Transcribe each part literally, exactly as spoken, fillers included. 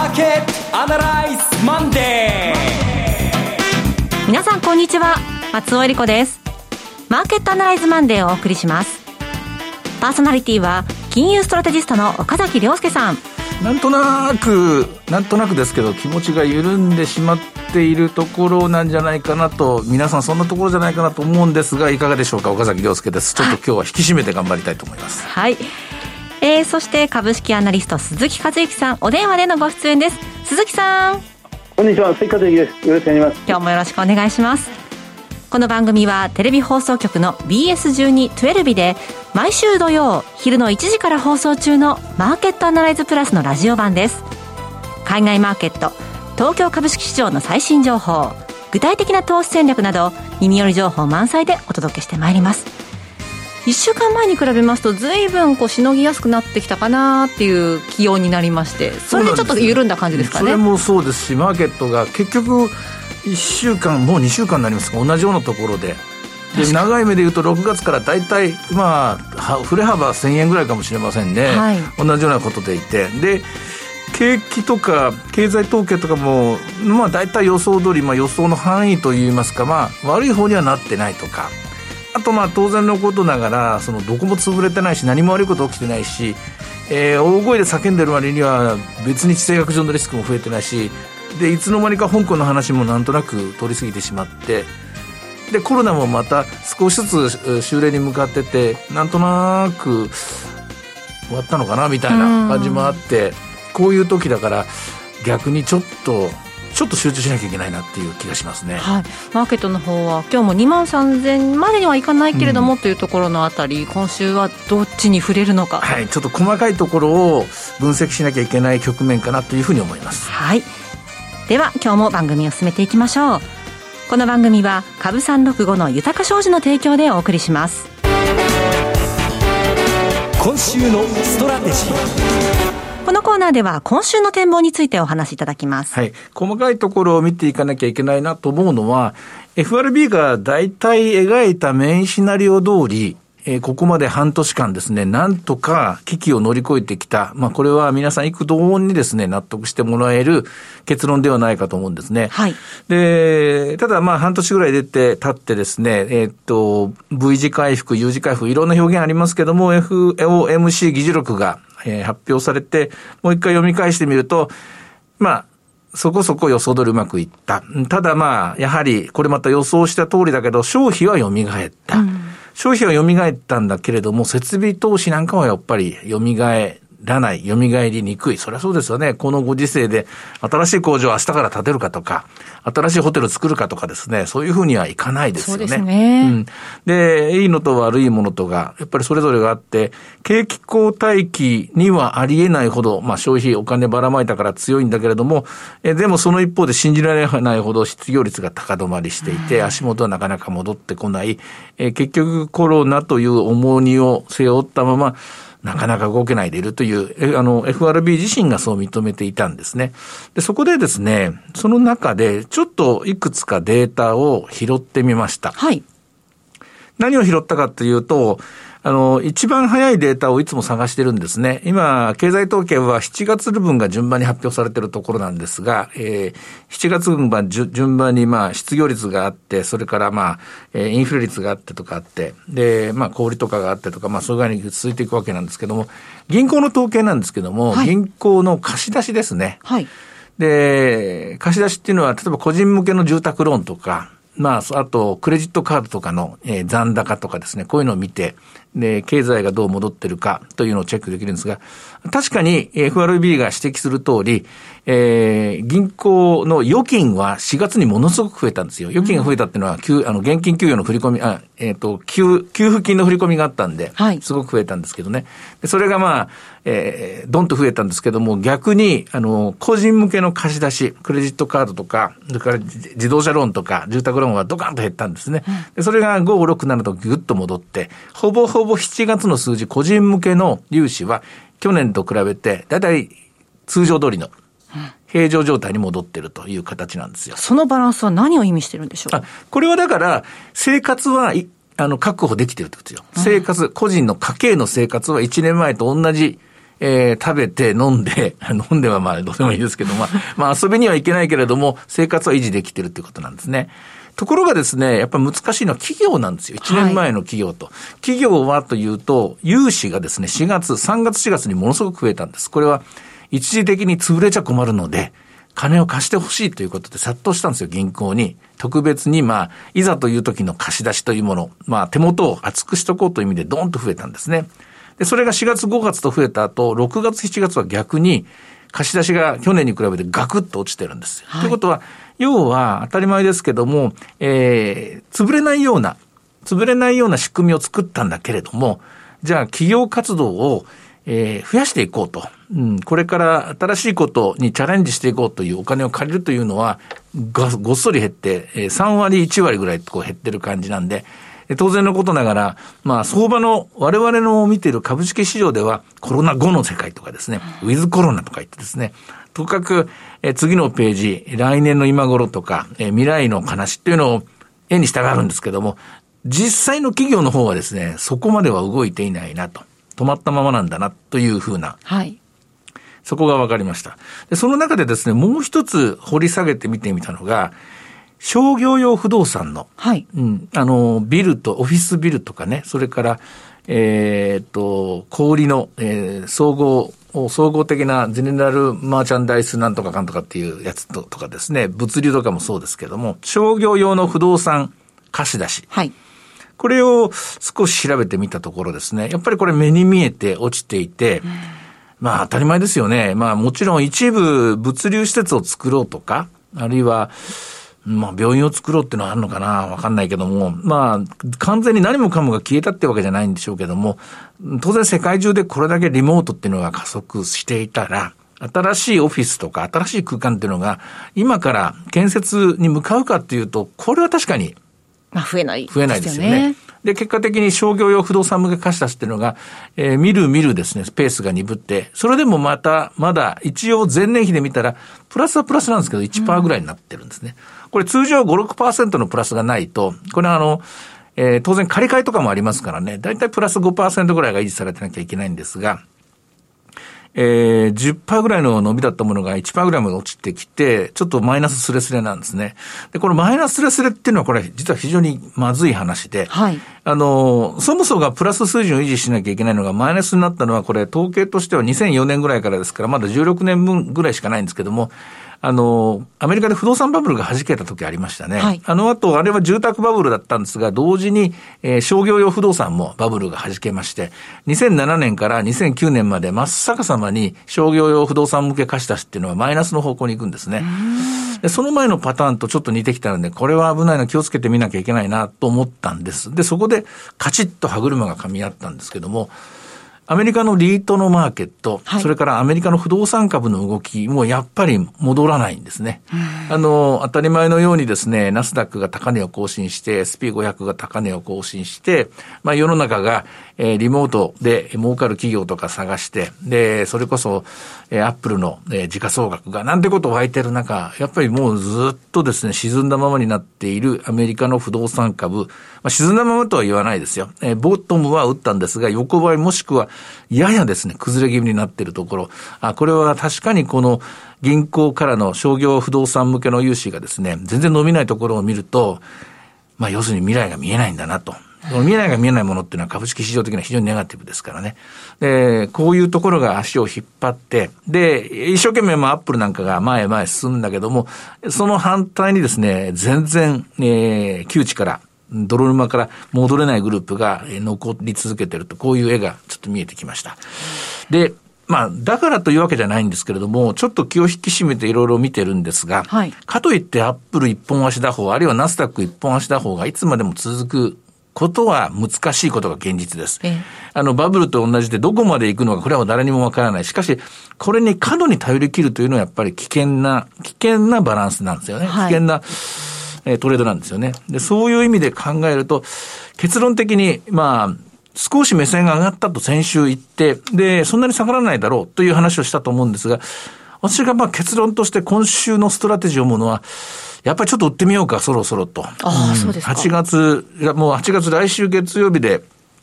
ーケットアナライズマンデー。 皆さんこんにちは、松尾恵理子です。マーケットアナライズマンデーをお送りします。パーソナリティは金融ストラテジストの岡崎亮介さん。 なんとなくなんとなくですけど気持ちが緩んでしまっているところなんじゃないかなと、皆さんそんなところじゃないかなと思うんですが、いかがでしょうか。岡崎亮介です。ちょっと今日は引き締めて頑張りたいと思います。 はい、えー、そして株式アナリスト鈴木和之さん、お電話でのご出演です。鈴木さん、 こんにちは、鈴木和之です。よろしくお願いします。 今日もよろしくお願いします。この番組はテレビ放送局の ビーエスじゅうに じゅうに で毎週土曜昼のいちじから放送中のマーケットアナライズプラスのラジオ版です。海外マーケット、東京株式市場の最新情報、具体的な投資戦略など耳寄り情報満載でお届けしてまいります。いっしゅうかんまえに比べますと随分こうしのぎやすくなってきたかなっていう気温になりまして、それでちょっと緩んだ感じですかね。 それもそうですし、マーケットが結局いっしゅうかんもうにしゅうかんになりますが同じようなところで、で長い目でいうとろくがつからだいたいまあ振れ幅せんえんぐらいかもしれませんね、はい、同じようなことでいて、で景気とか経済統計とかもまあだいたい予想通り、まあ、予想の範囲といいますか、まあ、悪い方にはなってないとか、あとまあ当然のことながらそのどこも潰れてないし何も悪いこと起きてないし、えー、大声で叫んでる割には別に地政学上のリスクも増えてないし、でいつの間にか香港の話もなんとなく通り過ぎてしまって、でコロナもまた少しずつ終焉に向かってて、なんとなく終わったのかなみたいな感じもあって、こういう時だから逆にちょっとちょっと集中しなきゃいけないなっていう気がしますね。はい、 マーケットの方は今日もにまんさんぜんまでにはいかないけれども、うん、というところのあたり、今週はどっちに触れるのか、 はい、ちょっと細かいところを分析しなきゃいけない局面かなというふうに思います。 はい、では今日も番組を進めていきましょう。この番組は株さんろくごの豊か商事の提供でお送りします。 今週のストラテジー。 このコーナーでは今週の展望についてお話しいただきます。 はい、細かいところを見ていかなきゃいけないなと思うのは、 エフアールビー が大体描いたメインシナリオ通り、えー、ここまで半年間ですね、なんとか危機を乗り越えてきた、まあ、これは皆さん幾度にですね納得してもらえる結論ではないかと思うんですね。はい、でただまあ半年ぐらい出て経ってですね、えー、っと V 字回復 U 字回復いろんな表現ありますけども、 エフオーエムシー 議事録が、えー、発表されて、もう一回読み返してみると、まあそこそこ予想通りうまくいった。ただまあやはりこれまた予想した通りだけど消費は蘇った、うん、消費は蘇ったんだけれども設備投資なんかはやっぱり蘇らない、蘇りにくい。そりゃそうですよね。このご時世で新しい工場を明日から建てるかとか、新しいホテルを作るかとかですね、そういうふうにはいかないですよね。そうですね。うん、で、いいのと悪いものとがやっぱりそれぞれがあって、景気後退期にはありえないほど、まあ消費お金ばらまいたから強いんだけれども、えでもその一方で信じられないほど失業率が高止まりしていて、足元はなかなか戻ってこない。え結局コロナという重荷を背負ったままなかなか動けないでいるという、あの、エフアールビー 自身がそう認めていたんですね。で、そこでですね、その中でちょっといくつかデータを拾ってみました。はい。何を拾ったかというと、あの、一番早いデータをいつも探してるんですね。今、経済統計はしちがつ分が順番に発表されているところなんですが、えー、しちがつ分は順番にまあ失業率があって、それからまあ、えー、インフレ率があってとかあって、で、まあ小売とかがあってとか、まあそういう具合に続いていくわけなんですけども、銀行の統計なんですけども、はい、銀行の貸し出しですね。はい。で、貸し出しっていうのは、例えば個人向けの住宅ローンとか、まあ、あと、クレジットカードとかの、えー、残高とかですね、こういうのを見て、で、経済がどう戻ってるかというのをチェックできるんですが、確かに エフアールビー が指摘する通り、えー、銀行の預金はしがつにものすごく増えたんですよ。預金が増えたっていうのは、給あの現金給与の振り込み、あ、えっと、給、給付金の振り込みがあったんで、はい、すごく増えたんですけどね。でそれがまあ、えー、ドンと増えたんですけども、逆に、あの、個人向けの貸し出し、クレジットカードとか、それから自動車ローンとか、住宅ローンはドカンと減ったんですね。うん、でそれがご、ろく、ななとぐっと戻って、ほぼほぼしちがつの数字、個人向けの融資は、去年と比べて、だいたい通常通りの、平常状態に戻っているという形なんですよ。 そのバランスは何を意味してるんでしょう。 あ、これはだから生活はあの確保できているってことですよ。生活、個人の家計の生活はいちねんまえと同じえー、食べて飲んで、飲んではまあどうでもいいですけど、まあ、まあ遊びには行けないけれども、生活は維持できてるっていうことなんですね。ところがですね、やっぱり難しいのは企業なんですよ。いちねんまえの企業と。はい、企業はというと、融資がですね、しがつ、さんがつしがつにものすごく増えたんです。これは一時的に潰れちゃ困るので、金を貸してほしいということで殺到したんですよ、銀行に。特別に、まあ、いざという時の貸し出しというもの、まあ、手元を厚くしとこうという意味でドーンと増えたんですね。で、それがしがつ、ごがつと増えた後、ろくがつ、しちがつは逆に、貸し出しが去年に比べてガクッと落ちてるんです。はい、ということは、要は当たり前ですけども、えー、潰れないような、潰れないような仕組みを作ったんだけれども、じゃあ企業活動を、えー、増やしていこうと、うん、これから新しいことにチャレンジしていこうというお金を借りるというのは、ご, ごっそり減って、えー、さんわり、いちわりぐらいこう減ってる感じなんで、当然のことながら、まあ、相場の、我々の見ている株式市場では、コロナ後の世界とかですね、ウィズコロナとか言ってですね、とにかく、え次のページ、来年の今頃とか、え未来の話っていうのを絵に従うんですけども、実際の企業の方はですね、そこまでは動いていないなと、止まったままなんだなというふうな、はい、そこが分かりました。で、その中でですね、もう一つ掘り下げて見てみたのが、商業用不動産の、はい、うん、あの、ビルと、オフィスビルとかね、それから、えー、っと、小売りの、えー、総合、総合的なゼネラルマーチャンダイスなんとかかんとかっていうやつ と, とかですね、物流とかもそうですけども、商業用の不動産貸し出し。はい。これを少し調べてみたところですね、やっぱりこれ目に見えて落ちていて、うん、まあ当たり前ですよね。まあもちろん一部物流施設を作ろうとか、あるいは、まあ病院を作ろうっていうのはあるのかな、わかんないけども、まあ完全に何もかもが消えたってわけじゃないんでしょうけども、当然世界中でこれだけリモートっていうのが加速していたら、新しいオフィスとか新しい空間っていうのが今から建設に向かうかっていうと、これは確かにまあ増えないですよね。 増えないですよね。で、結果的に商業用不動産向け貸し出しっていうのが、えー、見る見るですね、スペースが鈍って、それでもまた、まだ一応前年比で見たら、プラスはプラスなんですけど、いちパーセントぐらいになってるんですね。うん、これ通常ご、ろくパーセントのプラスがないと、これはあの、えー、当然借り換えとかもありますからね、だいたいプラス ごパーセント ぐらいが維持されてなきゃいけないんですが、えー、じゅっパーセント ぐらいの伸びだったものが いちパーセント ぐらいまで落ちてきて、ちょっとマイナススレスレなんですね。で、このマイナススレスレっていうのはこれ実は非常にまずい話で、はい、あの、そもそもがプラス水準を維持しなきゃいけないのがマイナスになったのはこれ統計としてはにせんよねんぐらいからですから、まだじゅうろくねんぶんぐらいしかないんですけども、あの、アメリカで不動産バブルが弾けた時ありましたね。はい、あの後、あれは住宅バブルだったんですが、同時に、えー、商業用不動産もバブルが弾けまして、にせんななねんからにせんきゅうねんまで真っ逆さまに商業用不動産向け貸し出しっていうのはマイナスの方向に行くんですね。で、その前のパターンとちょっと似てきたので、これは危ないの気をつけてみなきゃいけないなと思ったんです。で、そこでカチッと歯車が噛み合ったんですけども、アメリカのリートのマーケット、はい、それからアメリカの不動産株の動きもやっぱり戻らないんですね。あの、当たり前のようにですね、ナスダックが高値を更新して、エスピーごひゃく が高値を更新して、まあ世の中が、えー、リモートで儲かる企業とか探して、で、それこそ、えー、アップルの、えー、時価総額がなんてことを湧いてる中、やっぱりもうずっとですね、沈んだままになっているアメリカの不動産株、まあ、沈んだままとは言わないですよ。えー、ボトムは打ったんですが、横ばいもしくはややですね、崩れ気味になっているところ、あ、これは確かにこの銀行からの商業不動産向けの融資がですね、全然伸びないところを見ると、まあ要するに未来が見えないんだなと。未来が見えないものっていうのは株式市場的には非常にネガティブですからね。で、こういうところが足を引っ張って、で、一生懸命まあアップルなんかが前へ前へ進むんだけども、その反対にですね、全然、えー、窮地から、泥沼から戻れないグループが残り続けていると、こういう絵がちょっと見えてきました。で、まあ、だからというわけじゃないんですけれども、ちょっと気を引き締めていろいろ見てるんですが、はい、かといってアップル一本足打法、あるいはナスダック一本足打法がいつまでも続くことは難しいことが現実です。ええ、あの、バブルと同じでどこまで行くのか、これは誰にもわからない。しかし、これに過度に頼り切るというのはやっぱり危険な、危険なバランスなんですよね。はい、危険な、えー、トレードなんですよね。で、そういう意味で考えると、結論的に、まあ、少し目線が上がったと先週言って、で、そんなに下がらないだろうという話をしたと思うんですが、私がまあ結論として今週のストラテジーを思うのは、やっぱりちょっと売ってみようか、そろそろと。 ああ、そうですか。 はちがつ、もうはちがつ来週月曜日で、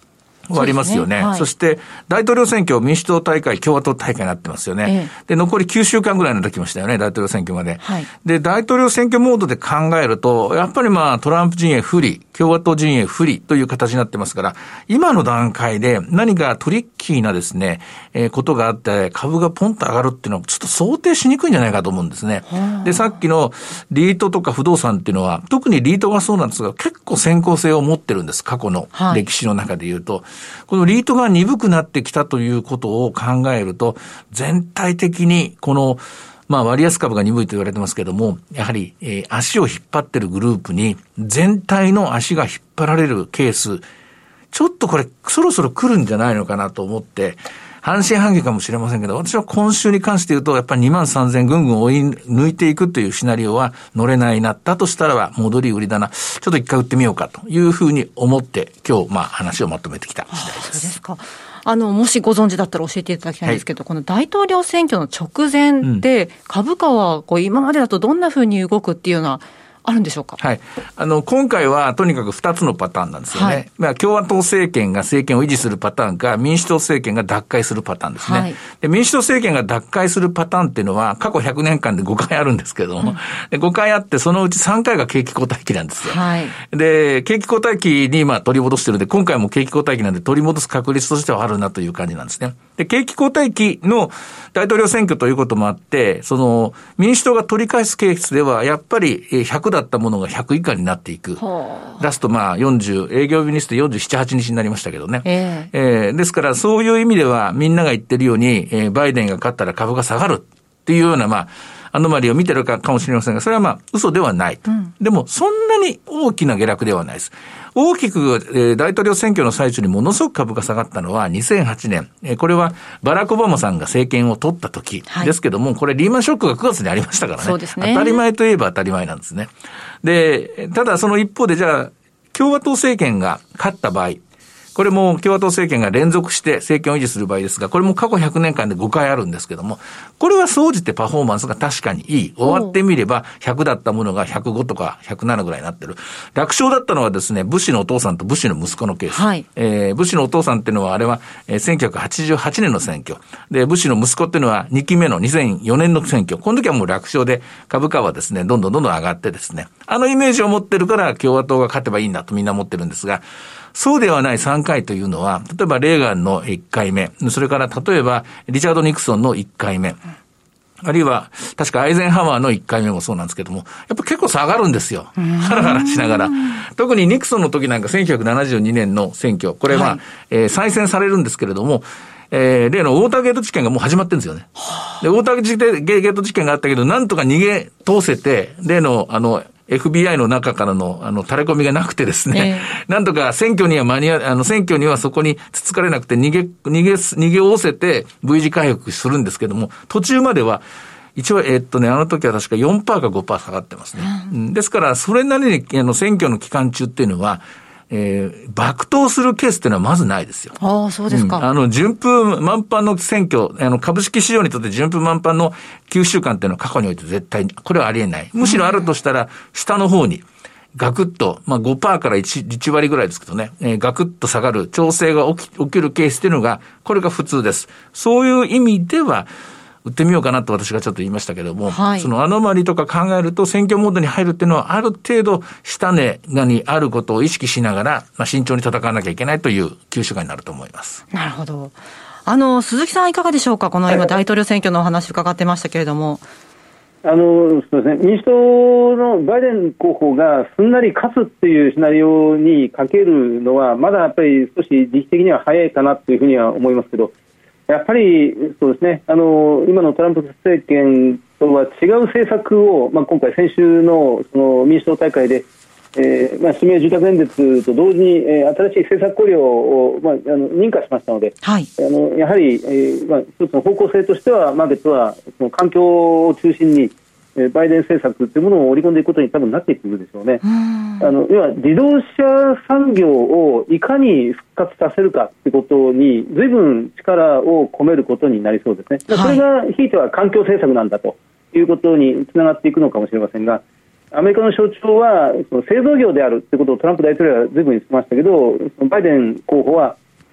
終わりますよね。 そ, ね、はい、そして大統領選挙、民主党大会、共和党大会になってますよね、ええ、で残りきゅうしゅうかんぐらいになってきましたよね、大統領選挙まで、はい、で大統領選挙モードで考えるとやっぱりまあトランプ陣営不利、共和党陣営不利という形になってますから、今の段階で何かトリッキーなですね、えー、ことがあって株がポンと上がるっていうのはちょっと想定しにくいんじゃないかと思うんですね。でさっきのリートとか不動産っていうのは、特にリートがそうなんですが結構先行性を持ってるんです、過去の歴史の中で言うと、はい、このリートが鈍くなってきたということを考えると、全体的にこのまあ割安株が鈍いと言われてますけども、やはり、えー、足を引っ張ってるグループに全体の足が引っ張られるケース、ちょっとこれそろそろ来るんじゃないのかなと思って、半信半疑かもしれませんけど、私は今週に関して言うとやっぱりにまんさんぜんぐんぐん追い抜いていくというシナリオは乗れないなったとしたらば戻り売りだな、ちょっと一回売ってみようかというふうに思って今日まあ話をまとめてきた次第です。 そうですか。あのもしご存知だったら教えていただきたいんですけど、はい、この大統領選挙の直前で株価はこう今までだとどんなふうに動くっていうのはあるんでしょうか。 はい。あの、今回はとにかくふたつのパターンなんですよね。はい、まあ、共和党政権が政権を維持するパターンか、民主党政権が奪回するパターンですね。はい、で、民主党政権が奪回するパターンっていうのは、過去ひゃくねんかんでごかいあるんですけれども、うん、でごかいあって、そのうちさんかいが景気後退期なんですよ。はい、で、景気後退期に、まあ、取り戻してるんで、今回も景気後退期なんで、取り戻す確率としてはあるなという感じなんですね。で、景気後退期の大統領選挙ということもあって、その、民主党が取り返すケースでは、やっぱりひゃくだったものがひゃく以下になっていく。ラストまあよんじゅう、営業日にしてよんじゅうなな、はちにちになりましたけどね。えーえー、ですからそういう意味ではみんなが言ってるように、えー、バイデンが勝ったら株が下がるっていうようなまあ、アノマリを見てるかかもしれませんが、それはまあ嘘ではないと。うん、でもそんなに大きな下落ではないです。大きく、えー、大統領選挙の最中にものすごく株が下がったのはにせんはちねん。えー、これはバラク・オバマさんが政権を取った時ですけども、はい、これリーマンショックがくがつにありましたからね。そうですね。当たり前といえば当たり前なんですね。で、ただその一方でじゃあ、共和党政権が勝った場合、これも共和党政権が連続して政権を維持する場合ですが、これも過去ひゃくねんかんでごかいあるんですけども、これは総じてパフォーマンスが確かにいい。終わってみればひゃくだったものがひゃくごとかひゃくななぐらいになってる。楽勝だったのはですね、ブッシュのお父さんとブッシュの息子のケース。はい、えー、ブッシュのお父さんっていうのはあれは、えー、せんきゅうひゃくはちじゅうはちねんの選挙。で、ブッシュの息子っていうのはにきめのにせんよねんの選挙。この時はもう楽勝で株価はですね、どんどんどんどん上がってですね、あのイメージを持ってるから共和党が勝てばいいんだとみんな思ってるんですが、そうではないさんかいというのは、例えばレーガンのいっかいめ、それから例えばリチャード・ニクソンのいっかいめ、あるいは確かアイゼンハワーのいっかいめもそうなんですけども、やっぱ結構下がるんですよ。ハラハラしながら。特にニクソンの時なんかせんきゅうひゃくななじゅうにねんの選挙、これは、はい、えー、再選されるんですけれども、えー、例のウォーターゲート事件がもう始まってるんですよね。で、ウォーターゲート事件があったけど、なんとか逃げ通せて、例のあの、エフビーアイ の中からの、あの、垂れ込みがなくてですね、えー、なんとか選挙には間に合、あの、選挙にはそこにつつかれなくて逃げ、逃げ、逃げおせて V 字回復するんですけども、途中までは、一応、えー、っとね、あの時は確か よんパーセント か ごパーセント 下がってますね。うん、ですから、それなりに、あの、選挙の期間中っていうのは、えー、爆投するケースっていうのはまずないですよ。 ああ、そうですか。 うん、あの、順風満帆の選挙、あの、株式市場にとって順風満帆のきゅうしゅうかんっていうのは過去において絶対に、これはありえない。むしろあるとしたら、下の方に、ガクッと、まあ ごパーセント から 1, いち割ぐらいですけどね、えー、ガクッと下がる調整が起き、起きるケースっていうのが、これが普通です。そういう意味では、売ってみようかなと私がちょっと言いましたけども、はい、そのアノマリとか考えると選挙モードに入るっていうのはある程度下値がにあることを意識しながら、まあ、慎重に戦わなきゃいけないというきゅうしゅうかんになると思います。 なるほど。あの鈴木さんいかがでしょうか。この今大統領選挙のお話伺ってましたけれども、 あのそうですね、民主党のバイデン候補がすんなり勝つっていうシナリオにかけるのはまだやっぱり少し時期的には早いかなというふうには思いますけど、やっぱりそうですね、あの今のトランプ政権とは違う政策を、まあ、今回先週 の, その民主党大会で、えーまあ、指名住宅演説と同時に、えー、新しい政策綱領を、まあ、あの認可しましたので、はい、あのやはり、えーまあ、一つの方向性としてはマーケットはその環境を中心にバイデン政策というものを織り込んでいくことに多分なっていくでしょうね。あの要は自動車産業をいかに復活させるかということに随分力を込めることになりそうですね。それがひいては環境政策なんだということにつながっていくのかもしれませんが、アメリカの象徴はその製造業であるということをトランプ大統領は随分言ってましたけど、バイデン候補は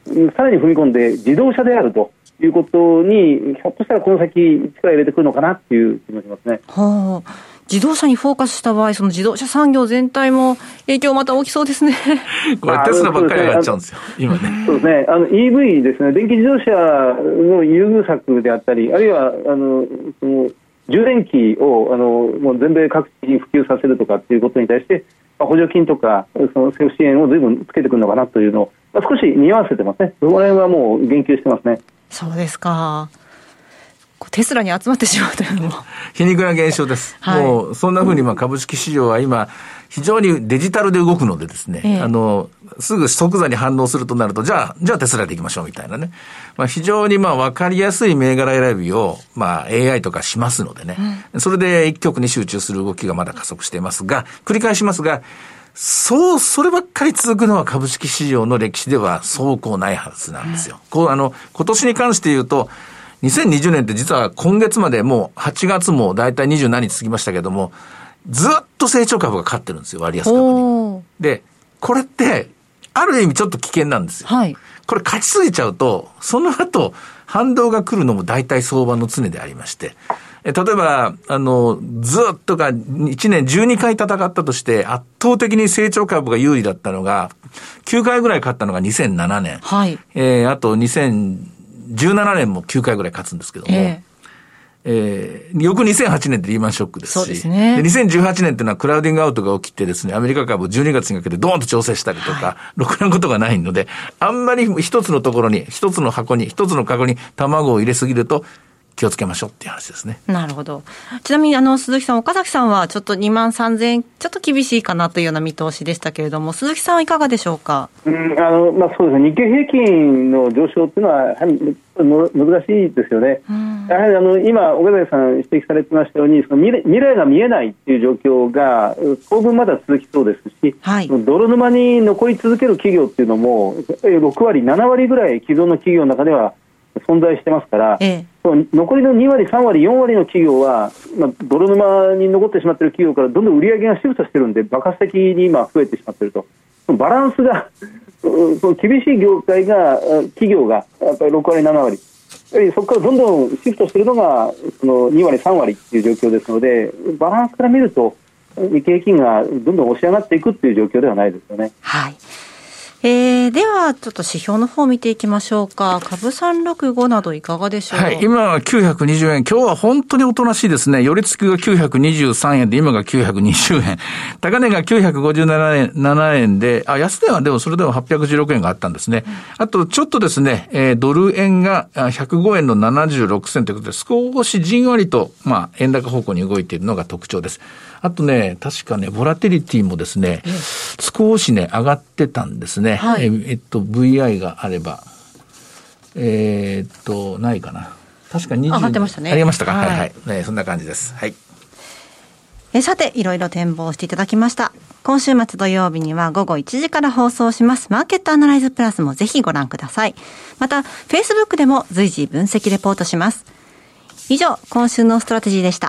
さらに踏み込んで自動車であるということにひょっとしたらこの先力入れてくるのかなっていう気もしますね。 はあ、自動車にフォーカスした場合、その自動車産業全体も影響また大きそうですね。 これテスラばっかり上がっちゃうんですよ、今ね。 そうですね。あの イーブイ ですね、電気自動車の優遇策であったり、あるいはあのその充電器をあのもう全米各地に普及させるとかっていうことに対して、まあ、補助金とかその政府支援を随分つけてくるのかなというのを、まあ、少し匂わせてますね。そこら辺はもう言及してますね。 そうですか。テスラに集まってしまうというのも皮肉な現象です、はい、もうそんな風にまあ株式市場は今非常にデジタルで動くのでですね、ええ、あのすぐ即座に反応するとなると、じゃあじゃあテスラでいきましょうみたいなね、まあ、非常にまあ分かりやすい銘柄選びをまあ エーアイ とかしますのでね、うん、それで一極に集中する動きがまだ加速していますが、繰り返しますが、そうそればっかり続くのは株式市場の歴史ではそうこうないはずなんですよ、うん、こうあの今年に関して言うとにせんにじゅうねんって実は今月までもうはちがつもだいたいにじゅうななにち過ぎましたけども、ずっと成長株が勝ってるんですよ、割安株に。で、これってある意味ちょっと危険なんですよ、はい、これ勝ちすぎちゃうとその後反動が来るのも大体相場の常でありまして、え例えばあのずっとがいちねんじゅうにかい戦ったとして圧倒的に成長株が有利だったのがきゅうかいぐらい勝ったのがにせんななねん、はい、えー、あとにせんじゅうななねんもきゅうかいぐらい勝つんですけども、えーえー、翌にせんはちねんってリーマンショックですし、そうですね、でにせんじゅうはちねんっていうのはクラウディングアウトが起きてですね、アメリカ株じゅうにがつにかけてドーンと調整したりとか、はい、ろくなことがないので、あんまり一つのところに、一つの箱に、一つのカゴに卵を入れすぎると気をつけましょうっていう話ですね。 なるほど。ちなみにあの鈴木さん、岡崎さんはちょっとにまんさんぜんえんちょっと厳しいかなというような見通しでしたけれども、鈴木さんはいかがでしょうか。 うん、あのまあ、そうですね、日経平均の上昇っていうのはやはり難しいですよね。やはりあの今岡崎さん指摘されてましたように、その未来、未来が見えないっていう状況が当分まだ続きそうですし、はい、泥沼に残り続ける企業っていうのもろくわりななわりぐらい既存の企業の中では存在してますから、ええ、その残りのにわりさんわりよんわりの企業は、まあ、泥沼に残ってしまっている企業からどんどん売り上げがシフトしてるんで爆発的に今増えてしまっていると、そのバランスがその厳しい業界が企業がやっぱりろくわりななわり、やはりそこからどんどんシフトしているのがそのにわりさんわりっていう状況ですので、バランスから見ると日経平均がどんどん押し上がっていくっていう状況ではないですよね。 はい。えー、ではちょっと指標の方を見ていきましょうか。株さんろくごなどいかがでしょうか。 はい、今はきゅうひゃくにじゅうえん、今日は本当におとなしいですね。寄り付きがきゅうひゃくにじゅうさんえんで、今がきゅうひゃくにじゅうえん、高値がきゅうひゃくごじゅうななえんで、あ、安値はでもそれでもはっぴゃくじゅうろくえんがあったんですね。あとちょっとですね、えー、ドル円がひゃくごえんのななじゅうろくせんということで、少しじんわりとまあ円高方向に動いているのが特徴です。あとね、確かね、ボラティリティもですね、少しね、上がってたんですね。はい、えっと、ブイアイ があれば、えー、っと、ないかな。確かにじゅう、 上がってましたね。 ありましたか。はい、はい、はい。ね、そんな感じです。はい。 えさて、いろいろ展望していただきました。今週末土曜日には午後いちじから放送します。マーケットアナライズプラスもぜひご覧ください。また、Facebook でも随時分析レポートします。以上、今週のストラテジーでした。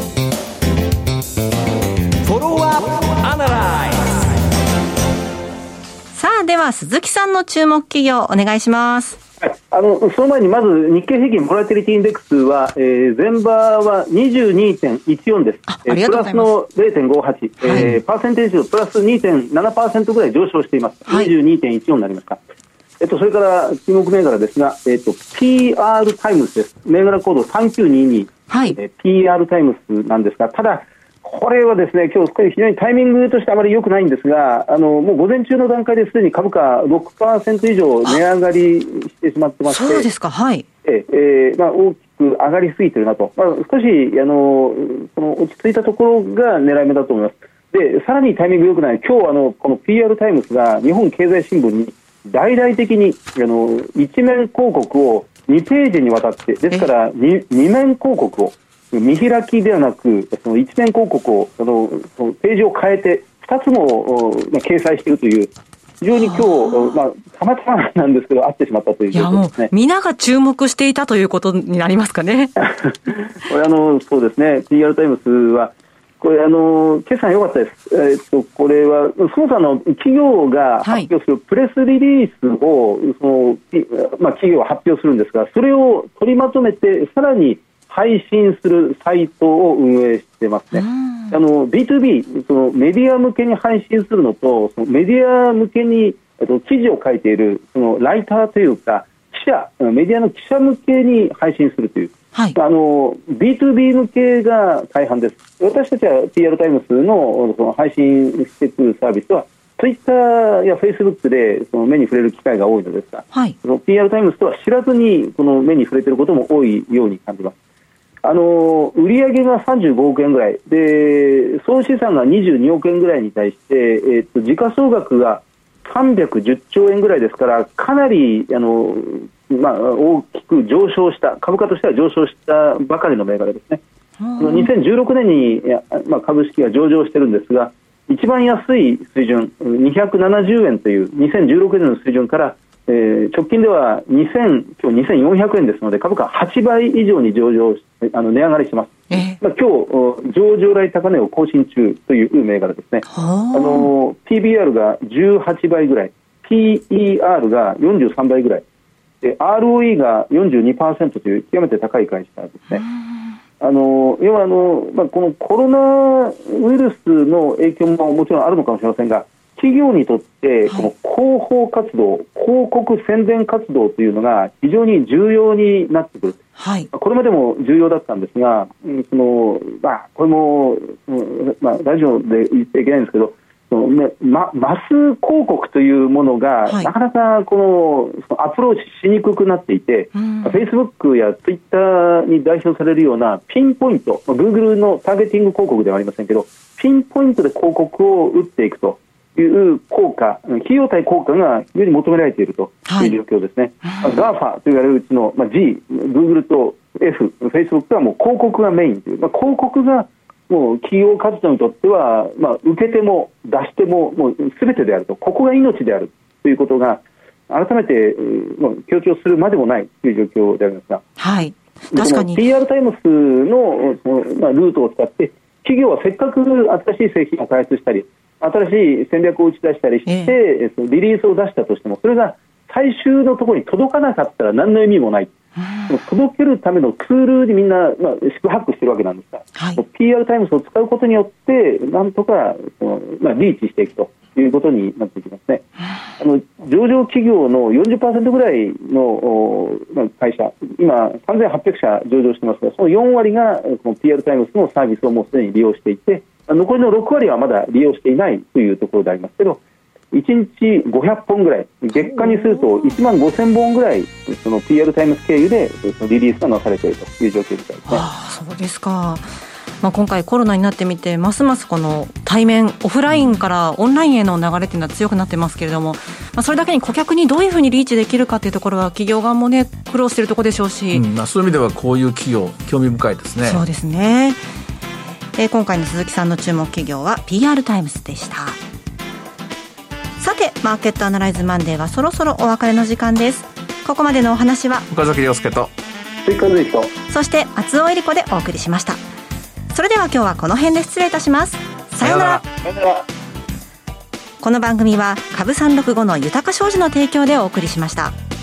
さあ、では鈴木さんの注目企業お願いします。 はい、あのその前にまず日経平均ボラティリティインデックスは、えー、前場は にじゅうにてんいちよん です。 あ、ありがとうございます。 プラスの れいてんごはち、はい、えー、パーセンテージをプラス にてんななパーセント ぐらい上昇しています。はい、にじゅうにてんいちよん になりました。えっと、それから注目銘柄ですが、えっと、ピーアール タイムズです。銘柄コードさんきゅうにに、はい、えー、ピーアール タイムズなんですが、ただこれはですね、今日非常にタイミングとしてあまり良くないんですが、あのもう午前中の段階ですでに株価 ろくパーセント 以上値上がりしてしまってまして、 そうですか、はい、 ええーまあ、大きく上がりすぎているなと、まあ、少しあのその落ち着いたところが狙い目だと思います。でさらにタイミング良くない、今日あのこの ピーアール タイムズが日本経済新聞に大々的にあの一面広告をにページにわたって、ですから 2, 2面広告を見開きではなく、その一面広告をそのそのページを変えてふたつも、まあ、掲載しているという、非常に今日、まあ、たまたまなんですけど、合ってしまったという状況ですね。いや、もう皆が注目していたということになりますかね。 これあのそうですね、ピーアール タイムズはこれあの決算良かったです。えー、っとこれはそもそも企業が発表するプレスリリースを、はい、そのまあ、企業が発表するんですが、それを取りまとめてさらに配信するサイトを運営してますね。あの ビーツービー そのメディア向けに配信するのと、そのメディア向けに記事を書いているそのライターというか記者、メディアの記者向けに配信するという、はい、あの ビーツービー 向けが大半です。私たちは ピーアール タイムス の, その配信してくるサービスはツイッターやフェイスブックでその目に触れる機会が多いのですが、はい、その ピーアール タイムスとは知らずにこの目に触れていることも多いように感じます。あの売上がさんじゅうごおくえんぐらいで、総資産がにじゅうにおくえんぐらいに対して、えー、と時価総額がさんびゃくじゅっちょうえんぐらいですから、かなりあの、まあ、大きく上昇した、株価としては上昇したばかりの銘柄ですね。にせんじゅうろくねんに、まあ、株式が上場してるんですが、一番安い水準にひゃくななじゅうえんというにせんじゅうろくねんの水準から、えー、直近ではにせん今日にせんよんひゃくえんですので、株価はちばい以上に上場しあの値上がりします。えーまあ、今日上場来高値を更新中という銘柄ですね。あの ピービーアール がじゅうはちばいぐらい、 ピーイーアール がよんじゅうさんばいぐらいで、 アールオーイー が よんじゅうにパーセント という極めて高い会社ですね。あの要はあの、まあ、このコロナウイルスの影響ももちろんあるのかもしれませんが、企業にとってこの広報活動、はい、広告宣伝活動というのが非常に重要になってくる、はい、これまでも重要だったんですが、そのまあ、これも、まあ、ラジオで言っていけないんですけど、その、ね、ま、マス広告というものが、はい、なかなかこの、そのアプローチしにくくなっていて、フェイスブックやツイッターに代表されるようなピンポイント、Google のターゲティング広告ではありませんけど、ピンポイントで広告を打っていくという効果、企業対効果が非常に求められているという状況ですね。はい、ガーファ と言われるうちの、まあ、G、Google と F、Facebook はもう広告がメインという、まあ、広告がもう企業活動にとっては、まあ、受けても出してももう全てであると、ここが命であるということが改めて、まあ、強調するまでもないという状況でありますが、はい、確かに ピーアール タイムス の, その、まあ、ルートを使って企業はせっかく新しい製品を開発したり新しい戦略を打ち出したりして、えー、そのリリースを出したとしても、それが最終のところに届かなかったら何の意味もない。届けるためのツールにみんな、まあ、宿泊してるわけなんですが、はい、ピーアール タイムスを使うことによってなんとかその、まあ、リーチしていくということになっていきますね。あの上場企業の よんじゅっパーセント ぐらいの、まあ、会社、今さんぜんはっぴゃくしゃ上場してますが、そのよんわりがこの ピーアール タイムスのサービスをもうすでに利用していて、残りのろくわりはまだ利用していないというところでありますけど、いちにちごひゃっぽんぐらい、月間にするといちまんごせんぼんぐらい、その ピーアール タイムス経由でそのリリースがなされているという状況みたいですね。 ああ、そうですか。まあ、今回コロナになってみて、ますますこの対面オフラインからオンラインへの流れというのは強くなってますけれども、まあ、それだけに顧客にどういうふうにリーチできるかというところは企業側もね苦労しているところでしょうし、 うんまあ、そういう意味ではこういう企業興味深いですね。 そうですね。えー、今回の鈴木さんの注目企業は ピーアール タイムスでした。さて、マーケットアナライズマンデーはそろそろお別れの時間です。ここまでのお話は岡崎亮介と追加税と、 そして松尾恵理子でお送りしました。それでは今日はこの辺で失礼いたします。さようなら。この番組は株さんろくごの豊か商事の提供でお送りしました。